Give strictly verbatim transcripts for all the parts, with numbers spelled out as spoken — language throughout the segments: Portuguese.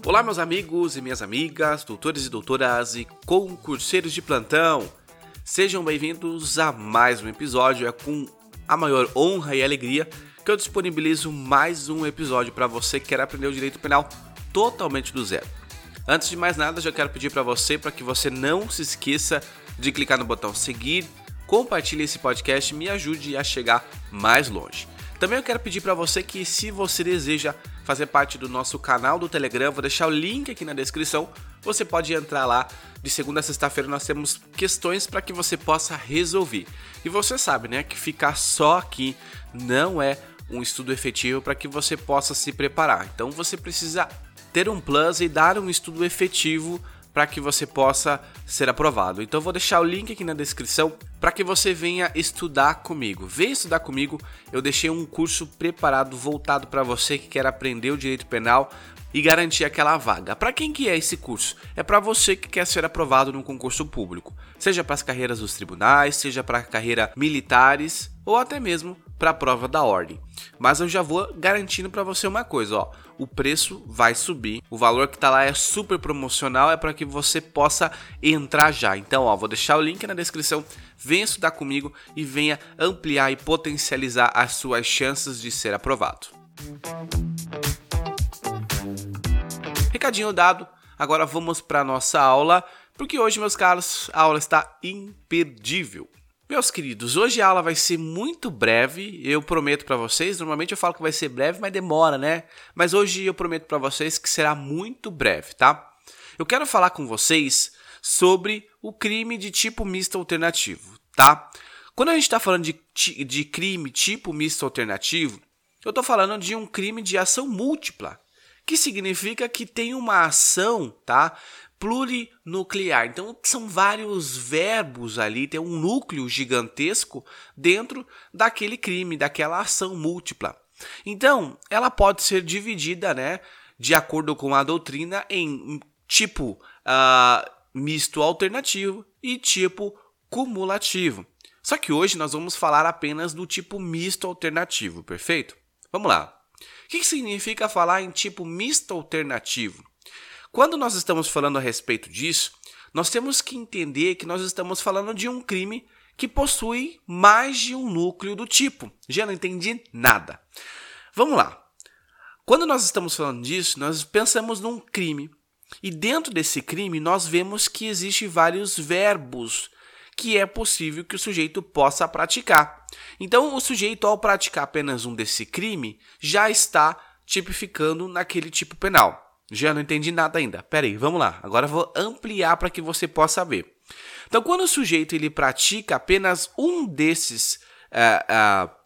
Olá, meus amigos e minhas amigas, doutores e doutoras e concurseiros de plantão. Sejam bem-vindos a mais um episódio. É com a maior honra e alegria que eu disponibilizo mais um episódio para você que quer aprender o direito penal totalmente do zero. Antes de mais nada, já quero pedir para você para que você não se esqueça de clicar no botão seguir, compartilhe esse podcast e me ajude a chegar mais longe. Também eu quero pedir para você que, se você deseja fazer parte do nosso canal do Telegram, vou deixar o link aqui na descrição, você pode entrar lá. De segunda a sexta-feira nós temos questões para que você possa resolver. E você sabe, né, que ficar só aqui não é um estudo efetivo para que você possa se preparar. Então você precisa ter um plus e dar um estudo efetivo para que você possa ser aprovado. Então eu vou deixar o link aqui na descrição para que você venha estudar comigo. Venha estudar comigo, eu deixei um curso preparado, voltado para você que quer aprender o direito penal e garantir aquela vaga. Para quem que é esse curso? É para você que quer ser aprovado num concurso público, seja para as carreiras dos tribunais, seja para a carreira militares ou até mesmo para a prova da ordem. Mas eu já vou garantindo para você uma coisa, ó, o preço vai subir, o valor que está lá é super promocional, é para que você possa entrar já. Então, ó, vou deixar o link na descrição, venha estudar comigo e venha ampliar e potencializar as suas chances de ser aprovado. Recadinho dado, agora vamos para a nossa aula, porque hoje, meus caros, a aula está imperdível. Meus queridos, hoje a aula vai ser muito breve, eu prometo para vocês. Normalmente eu falo que vai ser breve, mas demora, né? Mas hoje eu prometo para vocês que será muito breve, tá? Eu quero falar com vocês sobre o crime de tipo misto alternativo, tá? Quando a gente está falando de, de crime tipo misto alternativo, eu estou falando de um crime de ação múltipla, que significa que tem uma ação, tá, plurinuclear. Então são vários verbos ali, tem um núcleo gigantesco dentro daquele crime, daquela ação múltipla. Então ela pode ser dividida, né, de acordo com a doutrina, em tipo uh, misto alternativo e tipo cumulativo. Só que hoje nós vamos falar apenas do tipo misto alternativo, perfeito? Vamos lá. O que significa falar em tipo misto alternativo? Quando nós estamos falando a respeito disso, nós temos que entender que nós estamos falando de um crime que possui mais de um núcleo do tipo. Já não entendi nada. Vamos lá. Quando nós estamos falando disso, nós pensamos num crime. E dentro desse crime, nós vemos que existem vários verbos que é possível que o sujeito possa praticar. Então, o sujeito, ao praticar apenas um desse crime, já está tipificando naquele tipo penal. Já não entendi nada ainda. Pera aí, vamos lá. Agora eu vou ampliar para que você possa ver. Então, quando o sujeito ele pratica apenas um desses, uh, uh,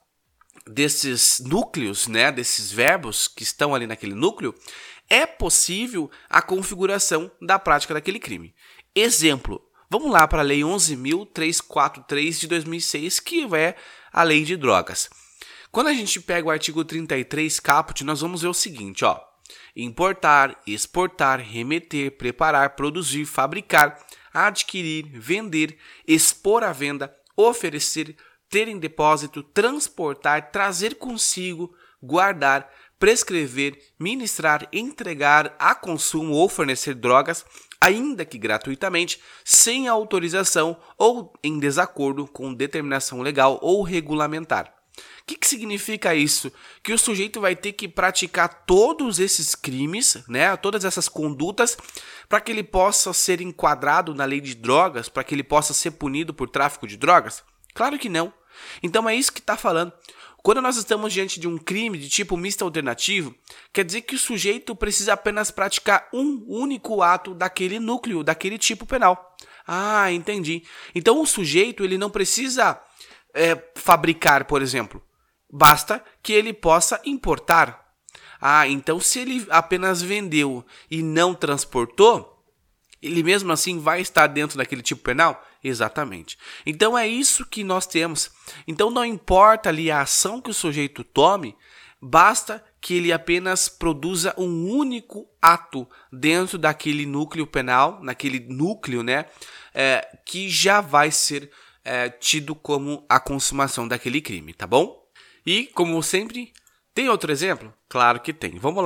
desses núcleos, né, desses verbos que estão ali naquele núcleo, é possível a configuração da prática daquele crime. Exemplo. Vamos lá para a Lei onze mil trezentos e quarenta e três de dois mil e seis, que é a Lei de Drogas. Quando a gente pega o artigo trinta e três caput, nós vamos ver o seguinte, ó. Importar, exportar, remeter, preparar, produzir, fabricar, adquirir, vender, expor à venda, oferecer, ter em depósito, transportar, trazer consigo, guardar, prescrever, ministrar, entregar a consumo ou fornecer drogas, ainda que gratuitamente, sem autorização ou em desacordo com determinação legal ou regulamentar. O que, que significa isso? Que o sujeito vai ter que praticar todos esses crimes, né, todas essas condutas, para que ele possa ser enquadrado na lei de drogas, para que ele possa ser punido por tráfico de drogas? Claro que não. Então é isso que está falando. Quando nós estamos diante de um crime de tipo misto alternativo, quer dizer que o sujeito precisa apenas praticar um único ato daquele núcleo, daquele tipo penal. Ah, entendi. Então o sujeito ele não precisa é, fabricar, por exemplo. Basta que ele possa importar. Ah, então se ele apenas vendeu e não transportou, ele mesmo assim vai estar dentro daquele tipo penal? Exatamente. Então é isso que nós temos. Então não importa ali a ação que o sujeito tome, basta que ele apenas produza um único ato dentro daquele núcleo penal, naquele núcleo, né, é, que já vai ser é, tido como a consumação daquele crime, tá bom? E, como sempre, tem outro exemplo? Claro que tem. Vamos lá.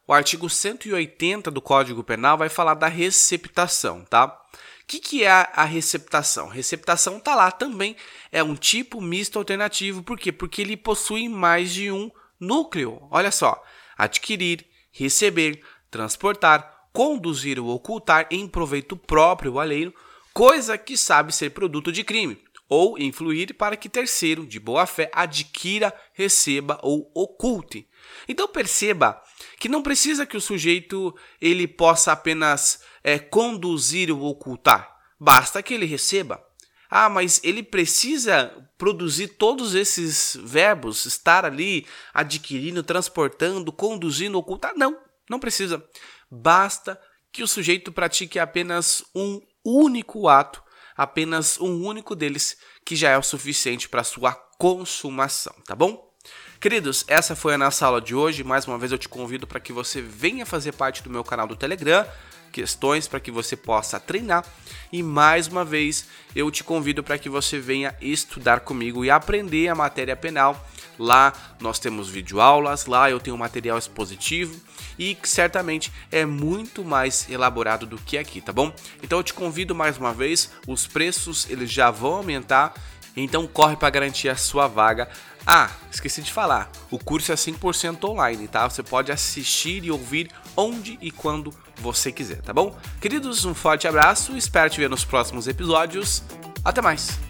o artigo cento e oitenta do Código Penal vai falar da receptação, tá? O que, que é a receptação? Receptação tá lá também, é um tipo misto alternativo, por quê? Porque ele possui mais de um núcleo. Olha só, adquirir, receber, transportar, conduzir ou ocultar em proveito próprio ou alheio, coisa que sabe ser produto de crime, ou influir para que terceiro, de boa fé, adquira, receba ou oculte. Então perceba que não precisa que o sujeito ele possa apenas é, conduzir ou ocultar, basta que ele receba. Ah, mas ele precisa produzir todos esses verbos, estar ali adquirindo, transportando, conduzindo, ocultar? Não, não precisa. Basta que o sujeito pratique apenas um único ato, apenas um único deles, que já é o suficiente para sua consumação, tá bom? Queridos, essa foi a nossa aula de hoje. Mais uma vez eu te convido para que você venha fazer parte do meu canal do Telegram, questões para que você possa treinar. E mais uma vez eu te convido para que você venha estudar comigo e aprender a matéria penal. Lá nós temos videoaulas, lá eu tenho material expositivo e que certamente é muito mais elaborado do que aqui, tá bom? Então eu te convido mais uma vez, os preços eles já vão aumentar, então corre para garantir a sua vaga. Ah, esqueci de falar, o curso é cem por cento online, tá? Você pode assistir e ouvir onde e quando você quiser, tá bom? Queridos, um forte abraço, espero te ver nos próximos episódios. Até mais!